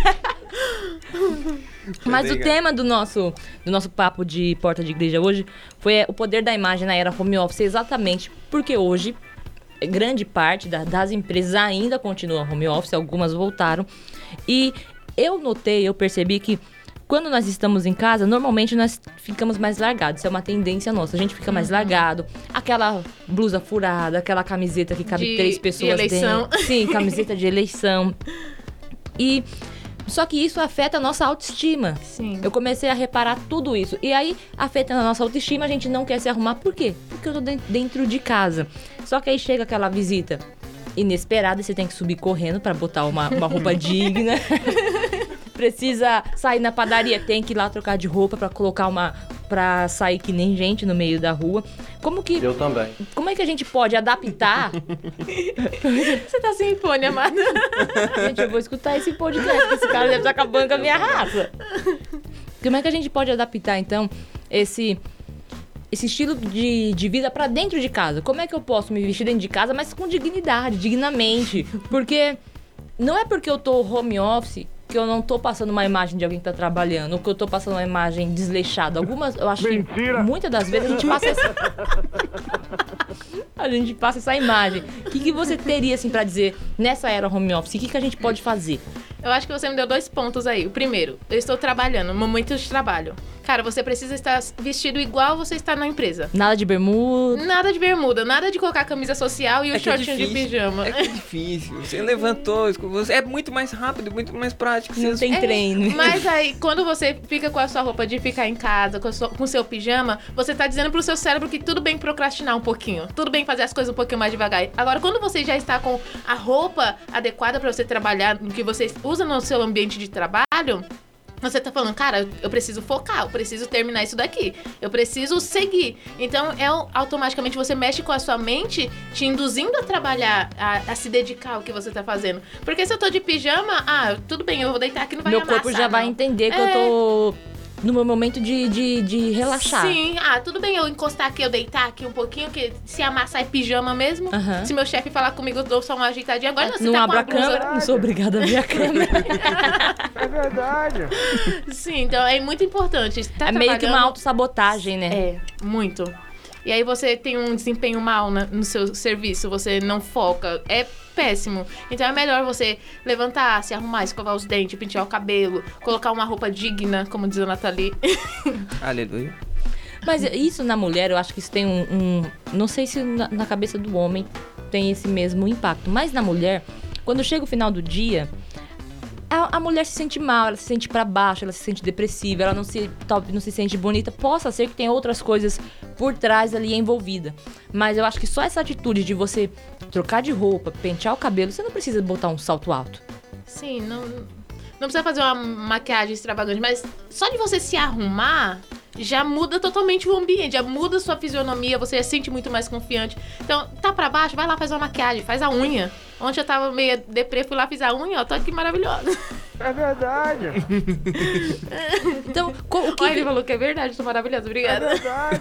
Mas o tema do nosso papo de porta de igreja hoje foi o poder da imagem na era home office, exatamente porque hoje grande parte das empresas ainda continuam home office, algumas voltaram. E eu percebi que quando nós estamos em casa, normalmente nós ficamos mais largados. Isso é uma tendência nossa. A gente fica mais largado. Aquela blusa furada, aquela camiseta que cabe 3 pessoas de eleição. dentro. Sim, camiseta de eleição. Só que isso afeta a nossa autoestima. Sim. Eu comecei a reparar tudo isso. E aí, afetando a nossa autoestima, a gente não quer se arrumar. Por quê? Porque eu tô dentro de casa. Só que aí chega aquela visita inesperada e você tem que subir correndo pra botar uma roupa digna. precisa sair na padaria, tem que ir lá trocar de roupa pra colocar pra sair que nem gente no meio da rua. Eu também. Como é que a gente pode adaptar? Você tá sem fone, amada. Gente, eu vou escutar esse podcast, porque esse cara deve estar acabando com a minha raça. Como é que a gente pode adaptar, então, esse estilo de vida pra dentro de casa? Como é que eu posso me vestir dentro de casa, mas com dignidade, dignamente? Porque não é porque eu tô home office que eu não tô passando uma imagem de alguém que tá trabalhando, ou que eu tô passando uma imagem desleixada. Algumas, eu acho que muitas das vezes a gente passa essa imagem. O que você teria, assim, pra dizer nessa era home office? O que a gente pode fazer? Eu acho que você me deu 2 pontos aí. O primeiro, eu estou trabalhando, momento de trabalho. Cara, você precisa estar vestido igual você está na empresa. Nada de bermuda. Nada de bermuda, nada de colocar camisa social e o shortinho de pijama. É difícil. Você levantou, é muito mais rápido, muito mais prático. Não tem treino. Mas aí, quando você fica com a sua roupa de ficar em casa, com o seu pijama, você tá dizendo pro seu cérebro que tudo bem procrastinar um pouquinho. Tudo bem fazer as coisas um pouquinho mais devagar. Agora, quando você já está com a roupa adequada pra você trabalhar, no que você usa no seu ambiente de trabalho, você tá falando, cara, eu preciso focar, eu preciso terminar isso daqui, eu preciso seguir. Então, automaticamente você mexe com a sua mente, te induzindo a trabalhar, a se dedicar ao que você tá fazendo. Porque se eu tô de pijama, tudo bem, eu vou deitar aqui, não vai Meu amassar. Meu corpo já vai entender que eu tô no meu momento de relaxar. Sim, tudo bem eu encostar aqui, eu deitar aqui um pouquinho, que se amassar é pijama mesmo. Se meu chefe falar comigo, eu dou só uma ajeitadinha. Agora você não tá abro com a câmera, não sou obrigada a abrir a câmera. É verdade. Sim, então é muito importante. É meio que uma autossabotagem, né? É, muito. E aí você tem um desempenho mal no seu serviço, você não foca. É péssimo. Então é melhor você levantar, se arrumar, escovar os dentes, pentear o cabelo, colocar uma roupa digna, como diz a Nathalie. Aleluia. Mas isso na mulher, eu acho que isso tem não sei se na cabeça do homem tem esse mesmo impacto. Mas na mulher, quando chega o final do dia, a mulher se sente mal, ela se sente pra baixo, ela se sente depressiva, ela não se sente bonita. Possa ser que tenha outras coisas por trás ali envolvida. Mas eu acho que só essa atitude de você trocar de roupa, pentear o cabelo, você não precisa botar um salto alto. Sim, não precisa fazer uma maquiagem extravagante, mas só de você se arrumar já muda totalmente o ambiente, já muda a sua fisionomia, você já se sente muito mais confiante. Então, tá pra baixo, vai lá, faz uma maquiagem, faz a unha. Ontem eu tava meio deprê, fui lá, fiz a unha, tô aqui maravilhosa. É verdade. Então, ele falou que é verdade, tô maravilhosa, obrigada. É verdade.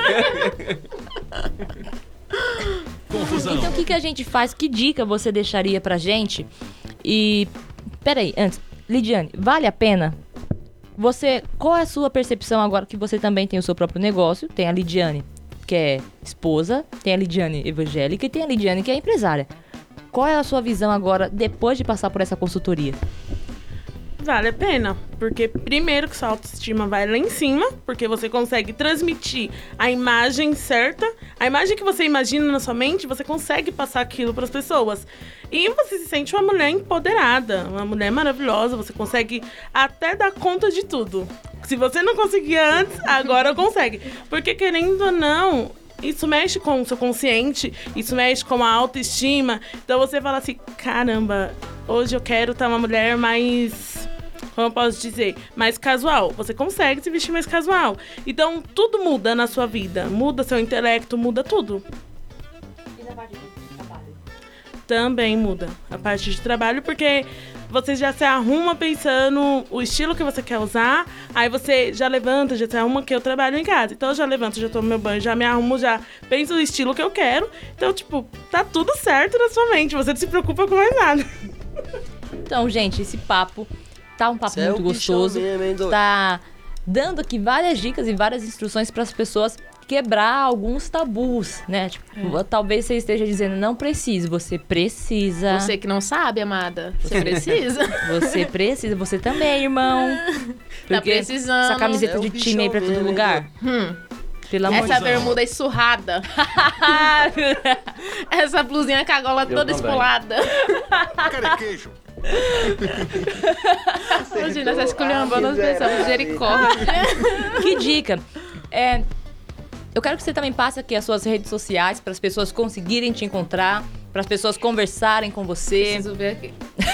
Confusão. Então, o que a gente faz? Que dica você deixaria pra gente? E, peraí, antes, Lidiane, vale a pena? Qual é a sua percepção agora que você também tem o seu próprio negócio? Tem a Lidiane, que é esposa, tem a Lidiane evangélica e tem a Lidiane, que é empresária. Qual é a sua visão agora, depois de passar por essa consultoria? Vale a pena, porque primeiro que sua autoestima vai lá em cima, porque você consegue transmitir a imagem certa, a imagem que você imagina na sua mente, você consegue passar aquilo para as pessoas. E você se sente uma mulher empoderada, uma mulher maravilhosa, você consegue até dar conta de tudo. Se você não conseguia antes, agora consegue. Porque querendo ou não, isso mexe com o seu consciente, isso mexe com a autoestima. Então você fala assim, caramba, hoje eu quero estar uma mulher mais, como eu posso dizer, mais casual. Você consegue se vestir mais casual. Então tudo muda na sua vida, muda seu intelecto, muda tudo. E na parte de trabalho? Também muda a parte de trabalho, porque você já se arruma pensando o estilo que você quer usar, aí você já levanta, já se arruma, que eu trabalho em casa. Então eu já levanto, já tomo meu banho, já me arrumo, já penso o estilo que eu quero. Então, tipo, tá tudo certo na sua mente, você não se preocupa com mais nada. Então, gente, esse papo tá um papo muito gostoso. Tá dando aqui várias dicas e várias instruções para as pessoas quebrar alguns tabus, né? Tipo, talvez você esteja dizendo, não preciso, você precisa. Você que não sabe, amada, você precisa. Você precisa, você também, irmão. Tá precisando. Essa camiseta de time aí pra todo lugar. Pelo amor de Deus. Essa bermuda essurrada. Essa blusinha com a gola toda espolada. Carequejo. Imagina, essa esculhambando as pessoas, misericórdia. Que dica. Eu quero que você também passe aqui as suas redes sociais para as pessoas conseguirem te encontrar, para Para as pessoas conversarem com você. Preciso ver aqui.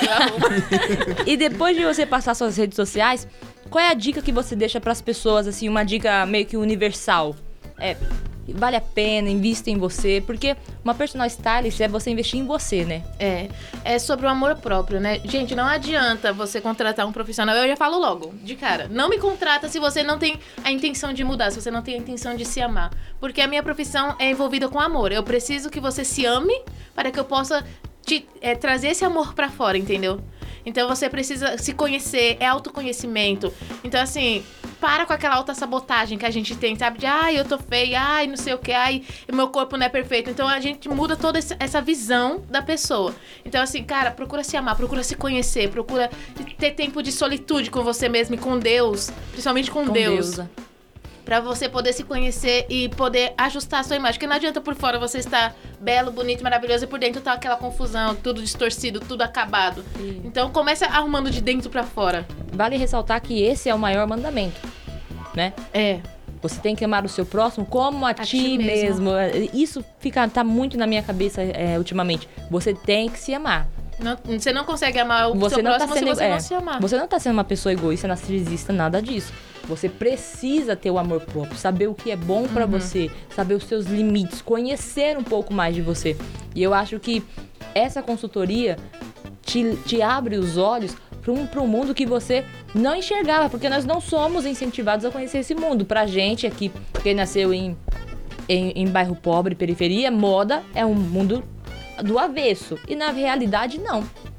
E depois de você passar suas redes sociais, qual é a dica que você deixa para as pessoas, assim, uma dica meio que universal? Vale a pena, invista em você, porque uma personal stylist é você investir em você, né? É sobre o amor próprio, né? Gente, não adianta você contratar um profissional, eu já falo logo, de cara, não me contrata se você não tem a intenção de mudar, se você não tem a intenção de se amar, porque a minha profissão é envolvida com amor, eu preciso que você se ame para que eu possa trazer esse amor pra fora, entendeu? Então você precisa se conhecer, é autoconhecimento. Então assim, para com aquela autossabotagem que a gente tem, sabe? De, eu tô feia, não sei o que, meu corpo não é perfeito. Então a gente muda toda essa visão da pessoa. Então assim, cara, procura se amar, procura se conhecer, procura ter tempo de solitude com você mesmo e com Deus, principalmente com Deus. Pra você poder se conhecer e poder ajustar a sua imagem. Porque não adianta por fora você estar belo, bonito, maravilhoso e por dentro tá aquela confusão, tudo distorcido, tudo acabado. Sim. Então começa arrumando de dentro pra fora. Vale ressaltar que esse é o maior mandamento, né? Você tem que amar o seu próximo como a ti mesmo. Isso tá muito na minha cabeça ultimamente. Você tem que se amar. Você não consegue amar o seu próximo se você não se amar. Você não tá sendo uma pessoa egoísta, narcisista, nada disso. Você precisa ter o amor próprio, saber o que é bom pra você, saber os seus limites, conhecer um pouco mais de você. E eu acho que essa consultoria te abre os olhos para um mundo que você não enxergava, porque nós não somos incentivados a conhecer esse mundo. Pra gente aqui, quem nasceu em bairro pobre, periferia, moda é um mundo do avesso. E na realidade, não.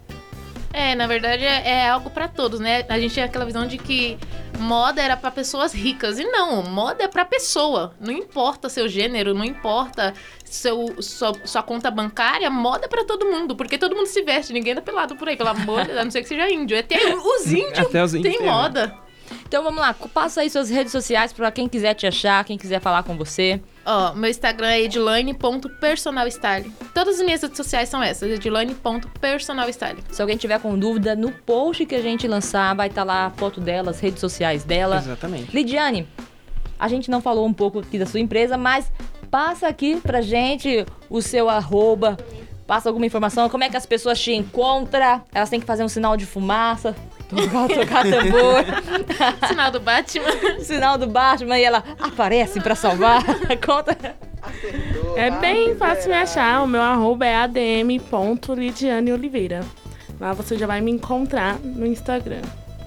Na verdade é algo pra todos, né? A gente tem aquela visão de que moda era pra pessoas ricas. E não, moda é pra pessoa. Não importa seu gênero, não importa sua conta bancária, moda é pra todo mundo. Porque todo mundo se veste, ninguém anda pelado por aí, pelo amor de Deus, a não ser que seja índio. Os índios têm moda. Então vamos lá, passa aí suas redes sociais pra quem quiser te achar, quem quiser falar com você. Meu Instagram é edilane.personalstyle. Todas as minhas redes sociais são essas, edilane.personalstyle. Se alguém tiver com dúvida, no post que a gente lançar, vai estar lá a foto dela, as redes sociais dela. Exatamente. Lidiane, a gente não falou um pouco aqui da sua empresa, mas passa aqui pra gente o seu @, passa alguma informação, como é que as pessoas te encontram, elas têm que fazer um sinal de fumaça, tocar tambor. Sinal do Batman. Sinal do Batman e ela aparece pra salvar. Conta. É bem fácil me achar. O meu @ é adm.lidianeoliveira. Lá você já vai me encontrar no Instagram.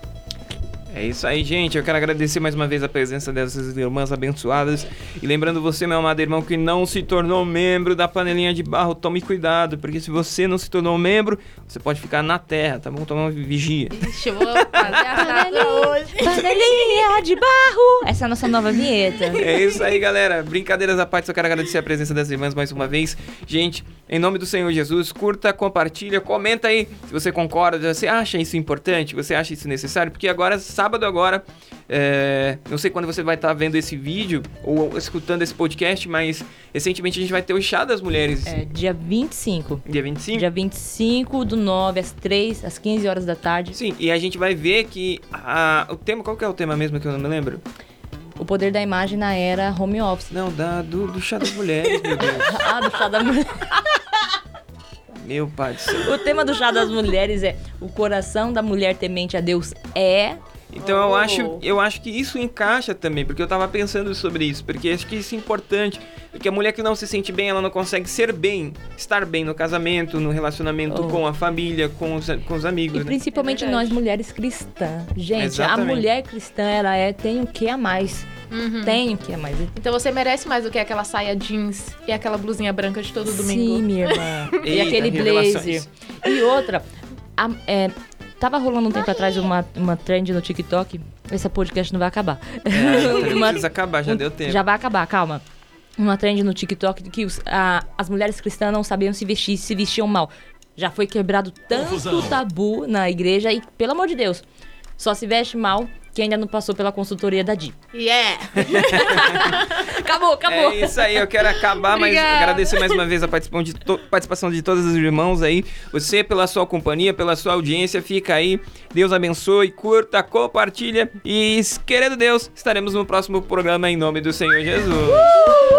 É isso aí, gente. Eu quero agradecer mais uma vez a presença dessas irmãs abençoadas. E lembrando você, meu amado irmão, que não se tornou membro da Panelinha de Barro, tome cuidado, porque se você não se tornou membro, você pode ficar na terra, tá bom? Toma vigia. Ixi, eu vou fazer a nada hoje. Panelinha de Barro. Essa é a nossa nova vinheta. É isso aí, galera. Brincadeiras à parte, eu quero agradecer a presença das irmãs mais uma vez. Gente, em nome do Senhor Jesus, curta, compartilha, comenta aí se você concorda, você acha isso importante, você acha isso necessário, porque agora, sábado agora, não sei quando você vai estar vendo esse vídeo ou escutando esse podcast, mas recentemente a gente vai ter o Chá das Mulheres. Dia 25. Dia 25? Dia 25 do 9 às 3, às 15 horas da tarde. Sim, e a gente vai ver que o tema, qual que é o tema mesmo que eu não me lembro? O poder da imagem na era home office. Não, do Chá das Mulheres, meu Deus. Do Chá das Mulheres. Meu pai do céu. O tema do Chá das Mulheres é: o coração da mulher temente a Deus é... Então eu acho que isso encaixa também, porque eu tava pensando sobre isso, porque acho que isso é importante, porque a mulher que não se sente bem, ela não consegue estar bem no casamento, no relacionamento com a família, com os amigos. E principalmente nós mulheres cristãs. Gente, exatamente. A mulher cristã, ela tem o que a mais. Tem o que a mais. Então você merece mais do que aquela saia jeans e aquela blusinha branca de todo domingo. Sim, minha irmã. E Eita, aquele blazer. E outra, tava rolando um tempo atrás uma trend no TikTok. Esse podcast não vai acabar. Não precisa acabar, já deu tempo. Já vai acabar, calma. Uma trend no TikTok que as mulheres cristãs não sabiam se vestir, se vestiam mal. Já foi quebrado tanto tabu na igreja e, pelo amor de Deus, só se veste mal quem ainda não passou pela consultoria da Di. Acabou. É isso aí, eu quero acabar, mas agradecer mais uma vez a participação de todos os irmãos aí. Você, pela sua companhia, pela sua audiência, fica aí. Deus abençoe, curta, compartilha e, querendo Deus, estaremos no próximo programa em nome do Senhor Jesus.